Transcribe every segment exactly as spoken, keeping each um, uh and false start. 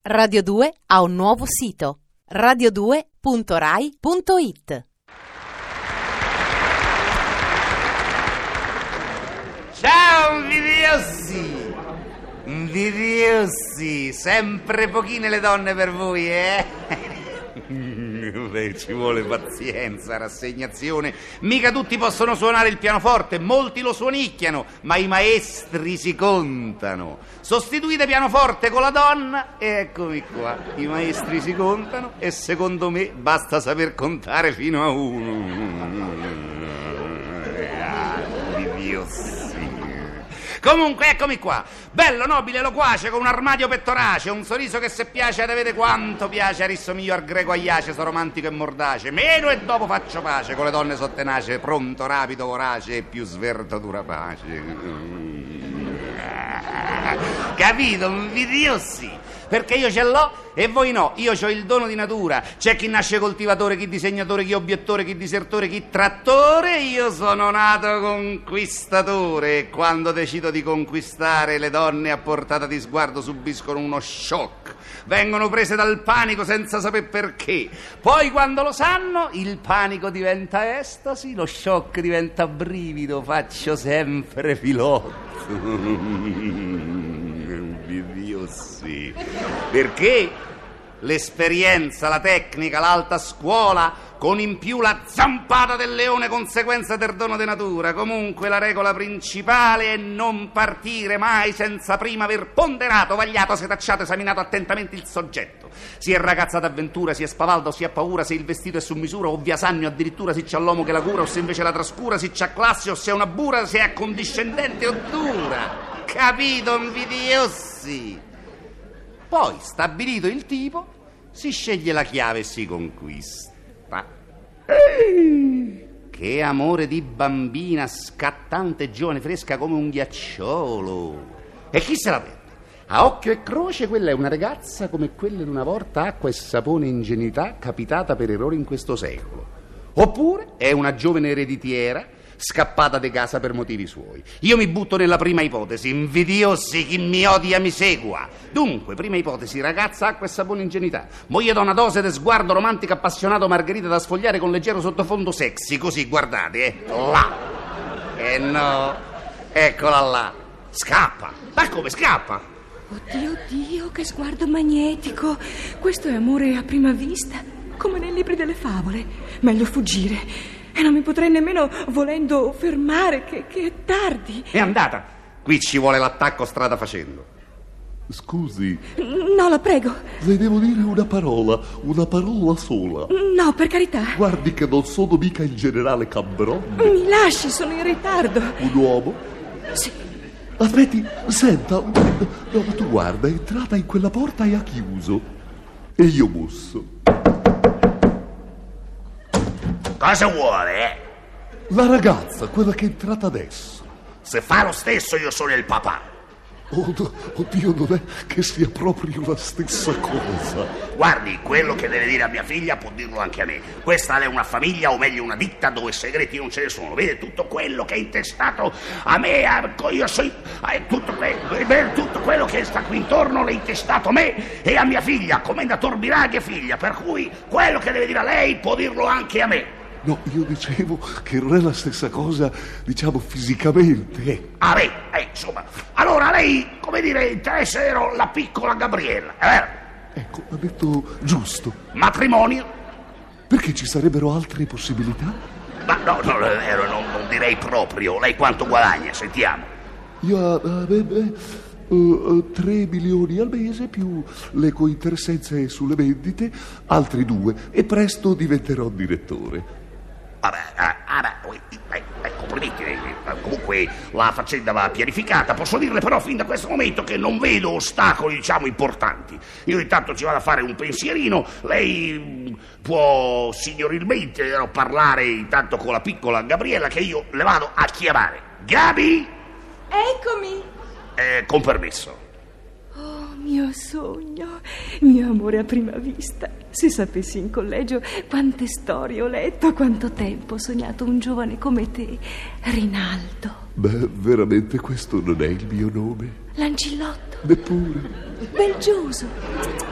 Radio due ha un nuovo sito: radio due punto rai punto it. Ciao invidiosi! Invidiosi! Sempre pochine le donne per voi, eh? Beh, ci vuole pazienza, rassegnazione. Mica tutti possono suonare il pianoforte, molti lo suonicchiano, ma i maestri si contano. Sostituite pianoforte con la donna e eccomi qua. I maestri si contano e secondo me basta saper contare fino a uno. Ah, invidiosi. Comunque eccomi qua, bello, nobile, loquace, con un armadio pettorace, un sorriso che se piace ad avete quanto piace a rissomiglio al greco Aiace, so romantico e mordace, meno e dopo faccio pace, con le donne so tenace, pronto, rapido, vorace e più svertatura pace. Capito, invidiosi? Perché io ce l'ho e voi no, io ho il dono di natura. C'è chi nasce coltivatore, chi disegnatore, chi obiettore, chi disertore, chi trattore. Io sono nato conquistatore e quando decido di conquistare le donne a portata di sguardo subiscono uno shock. Vengono prese dal panico senza sapere perché. Poi quando lo sanno il panico diventa estasi, lo shock diventa brivido, faccio sempre filotto. Invidiosi. Perché l'esperienza, la tecnica, l'alta scuola, con in più la zampata del leone, conseguenza del dono di natura. Comunque la regola principale è non partire mai senza prima aver ponderato, vagliato, setacciato, esaminato attentamente il soggetto. Si è ragazza d'avventura, si è spavaldo, si ha paura, se il vestito è su misura o via sagno, addirittura se c'è l'uomo che la cura o se invece la trascura, se c'ha classe o se è una bura, se è accondiscendente o dura. Capito, invidiosi? Poi, stabilito il tipo, si sceglie la chiave e si conquista. Ehi, che amore di bambina, scattante, giovane, fresca come un ghiacciolo. E chi se la perde? A occhio e croce quella è una ragazza come quelle di una volta, acqua e sapone e ingenuità capitata per errore in questo secolo. Oppure è una giovane ereditiera scappata di casa per motivi suoi. Io mi butto nella prima ipotesi, invidiosi, chi mi odia mi segua. Dunque, prima ipotesi, ragazza, acqua e sapone, ingenuità. Moglie da una dose di sguardo romantico appassionato, margherita da sfogliare con leggero sottofondo sexy, così, guardate, eh, là. Eh no, eccola là, scappa. Ma come scappa? Oddio, oddio, che sguardo magnetico. Questo è amore a prima vista, come nei libri delle favole. Meglio fuggire. E non mi potrei nemmeno, volendo, fermare, che, che è tardi. È andata. Qui ci vuole l'attacco strada facendo. Scusi. No, la prego. Le devo dire una parola, una parola sola. No, per carità. Guardi che non sono mica il generale Cambronne. Mi lasci, sono in ritardo. Un uomo? Sì. Aspetti, senta. No, ma tu guarda, è entrata in quella porta e ha chiuso. E io busso. Cosa vuole, eh? La ragazza, quella che è entrata adesso. Se fa lo stesso io sono il papà. Oh, no, oddio, non è che sia proprio la stessa cosa. Guardi, quello che deve dire a mia figlia può dirlo anche a me. Questa è una famiglia, o meglio una ditta, dove segreti non ce ne sono. Vede tutto quello che è intestato a me, a, io so, a, tutto, que, tutto quello che sta qui intorno l'è intestato a me e a mia figlia, commendator Biraghi e figlia. Per cui quello che deve dire a lei può dirlo anche a me. No, io dicevo che non è la stessa cosa, diciamo, fisicamente. Ah, beh, eh, insomma. Allora lei, come dire, interessa ero la piccola Gabriella, è vero? Ecco, ha detto giusto. Matrimonio? Perché ci sarebbero altre possibilità? Ma no, no, no non, non direi proprio. Lei quanto guadagna? Sentiamo. Io, uh, beh, beh, uh, uh, tre milioni al mese più le cointeressenze sulle vendite, altri due, e presto diventerò direttore. Vabbè, ah, beh, eh, complimenti, eh, comunque la faccenda va pianificata. Posso dirle però fin da questo momento che non vedo ostacoli, diciamo, importanti. Io intanto ci vado a fare un pensierino. Lei può signorilmente eh, parlare intanto con la piccola Gabriella, che io le vado a chiamare. Gabi? Eccomi. Eh, con permesso. Oh, mio sogno, mio amore a prima vista. Se sapessi in collegio quante storie ho letto, quanto tempo ho sognato un giovane come te, Rinaldo. Beh, veramente questo non è il mio nome. Lancillotto. Neppure. Belgioso.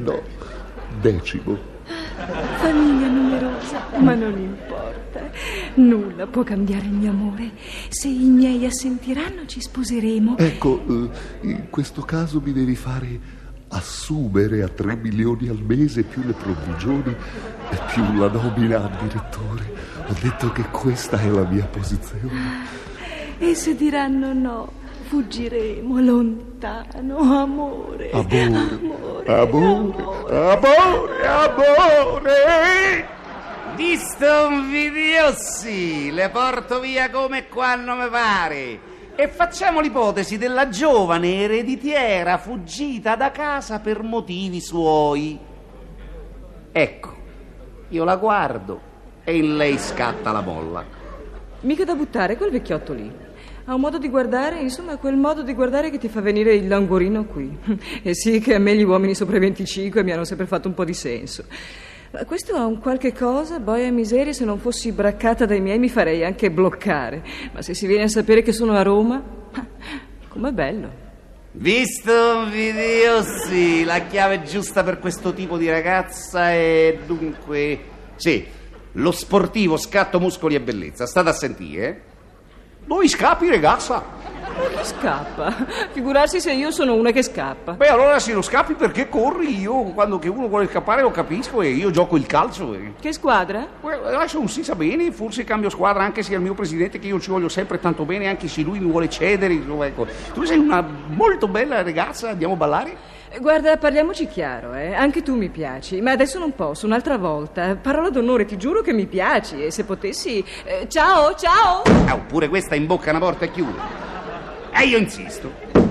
No, decimo. Famiglia numerosa, ma non importa. Nulla può cambiare il mio amore. Se i miei assentiranno, ci sposeremo. Ecco, eh, in questo caso mi devi fare assumere a tre milioni al mese più le provvigioni e più la nomina a direttore. Ho detto che questa è la mia posizione. E se diranno no, fuggiremo lontano, amore. Amore, amore, amore, amore, amore. Visto un video, sì, le porto via come quando mi pare. E facciamo l'ipotesi della giovane ereditiera fuggita da casa per motivi suoi. Ecco, io la guardo e in lei scatta la molla. Mica da buttare quel vecchiotto lì. Ha un modo di guardare, insomma, quel modo di guardare che ti fa venire il languorino qui. E sì che a me gli uomini sopra i venticinque mi hanno sempre fatto un po' di senso. Ma questo ha un qualche cosa, boia miseria, se non fossi braccata dai miei mi farei anche bloccare. Ma se si viene a sapere che sono a Roma, com'è bello. Visto un video, sì, la chiave giusta per questo tipo di ragazza è dunque... Sì, lo sportivo, scatto, muscoli e bellezza. State a sentire, eh? Dove scappi, ragazza? Ma chi scappa? Figurarsi se io sono una che scappa. Beh, allora se lo scappi perché corri? Io quando che uno vuole scappare lo capisco e io gioco il calcio. E... Che squadra? Well, adesso non si sa bene, forse cambio squadra anche se è il mio presidente che io ci voglio sempre tanto bene, anche se lui mi vuole cedere. Insomma, ecco. Tu sei una molto bella ragazza, andiamo a ballare? Guarda, parliamoci chiaro, eh. Anche tu mi piaci, ma adesso non posso, un'altra volta. Parola d'onore, ti giuro che mi piaci e se potessi... Eh, ciao, ciao! Ah, oppure questa imbocca una porta e chiude. E io insisto.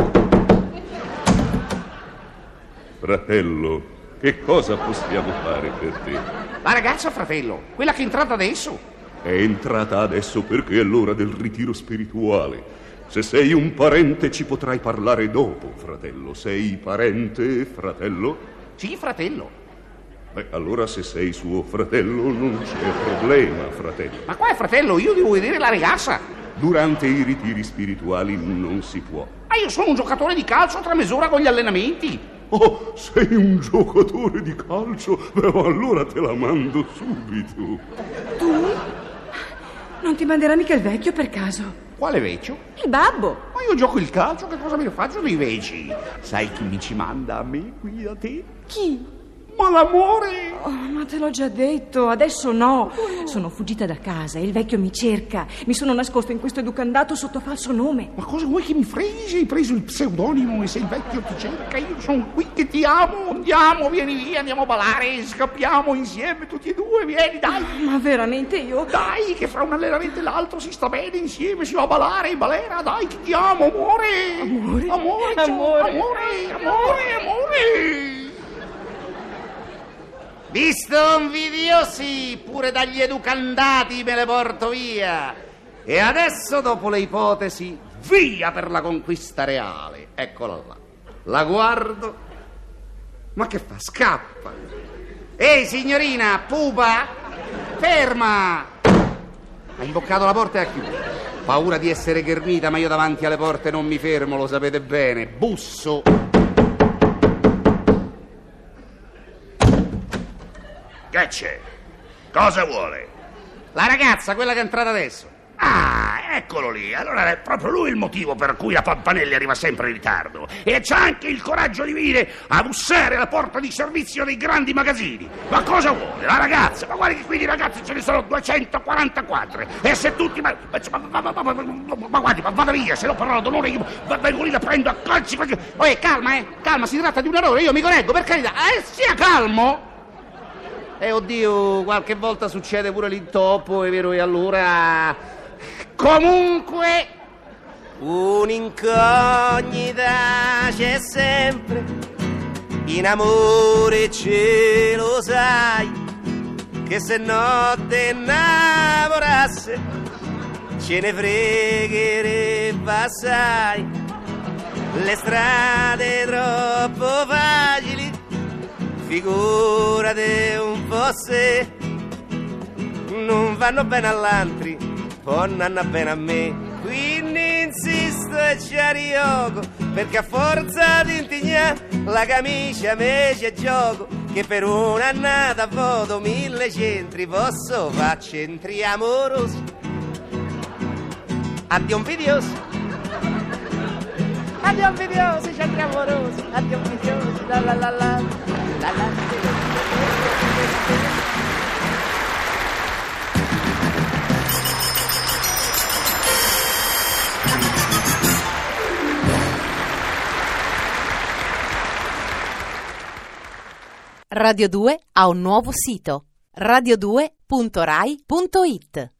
Fratello, che cosa possiamo fare per te? La ragazza, fratello, quella che è entrata adesso. È entrata adesso perché è l'ora del ritiro spirituale. Se sei un parente ci potrai parlare dopo, fratello. Sei parente, fratello? Sì, fratello. Beh, allora se sei suo fratello non c'è problema, fratello. Ma qua è fratello, io devo vedere la ragazza. Durante i ritiri spirituali non si può. Ma io sono un giocatore di calcio tra mezz'ora con gli allenamenti. Oh, sei un giocatore di calcio? Beh, allora te la mando subito. Tu? Non ti manderà mica il vecchio per caso? Quale vecchio? Il babbo. Ma io gioco il calcio, che cosa me ne faccio dei veci? Sai chi mi ci manda a me qui da te? Chi? Ma l'amore! Oh, ma te l'ho già detto, adesso no. Sono fuggita da casa e il vecchio mi cerca. Mi sono nascosto in questo educandato sotto falso nome. Ma cosa vuoi che mi fregi? Hai preso il pseudonimo e se il vecchio ti cerca, io sono qui che ti amo. Andiamo, vieni via, andiamo a ballare, scappiamo insieme tutti e due, vieni, dai. Ma veramente io? Dai, che fra un allenamento e l'altro si sta bene insieme, si va a ballare, in balera, dai, che ti amo, amore. Amore? Amore, Amore. amore, amore, amore. Visto un video, sì, pure dagli educandati me le porto via. E adesso, dopo le ipotesi, via per la conquista reale. Eccola là. La guardo. Ma che fa? Scappa. Ehi, signorina, pupa, ferma. Ha imboccato la porta e ha chiuso. Paura di essere ghermita, ma io davanti alle porte non mi fermo, lo sapete bene. Busso. Che c'è? Cosa vuole? La ragazza, quella che è entrata adesso. Ah, eccolo lì. Allora è proprio lui il motivo per cui la Pampanelli arriva sempre in ritardo. E c'ha anche il coraggio di venire a bussare alla porta di servizio dei grandi magazzini. Ma cosa vuole? La ragazza? Ma guardi che qui di ragazzi ce ne sono duecentoquarantaquattro. E se tutti... Ma, ma, ma, ma, ma, ma, ma guardi, ma vada via, se no parola d'onore io vengo lì, la prendo a calci perché... Oh, calma, eh, calma, si tratta di un errore, io mi correggo, per carità. Eh, sia calmo. E eh, oddio, qualche volta succede pure l'intoppo, è vero, e allora... Comunque... Un'incognita c'è sempre, in amore ce lo sai, che se notte innamorasse ce ne fregherebbe assai. Le strade troppo facili, figurate un po' se non vanno bene all'altri, poi non vanno bene a me. Quindi insisto e ci arrivo, perché a forza di intignare la camicia mece gioco, che per un'annata voto mille centri, posso far centri amorosi. Addio invidiosi, addio invidiosi, centri amorosi, addio invidiosi, la la la la, la la. Radio due ha un nuovo sito, radio due punto rai punto it.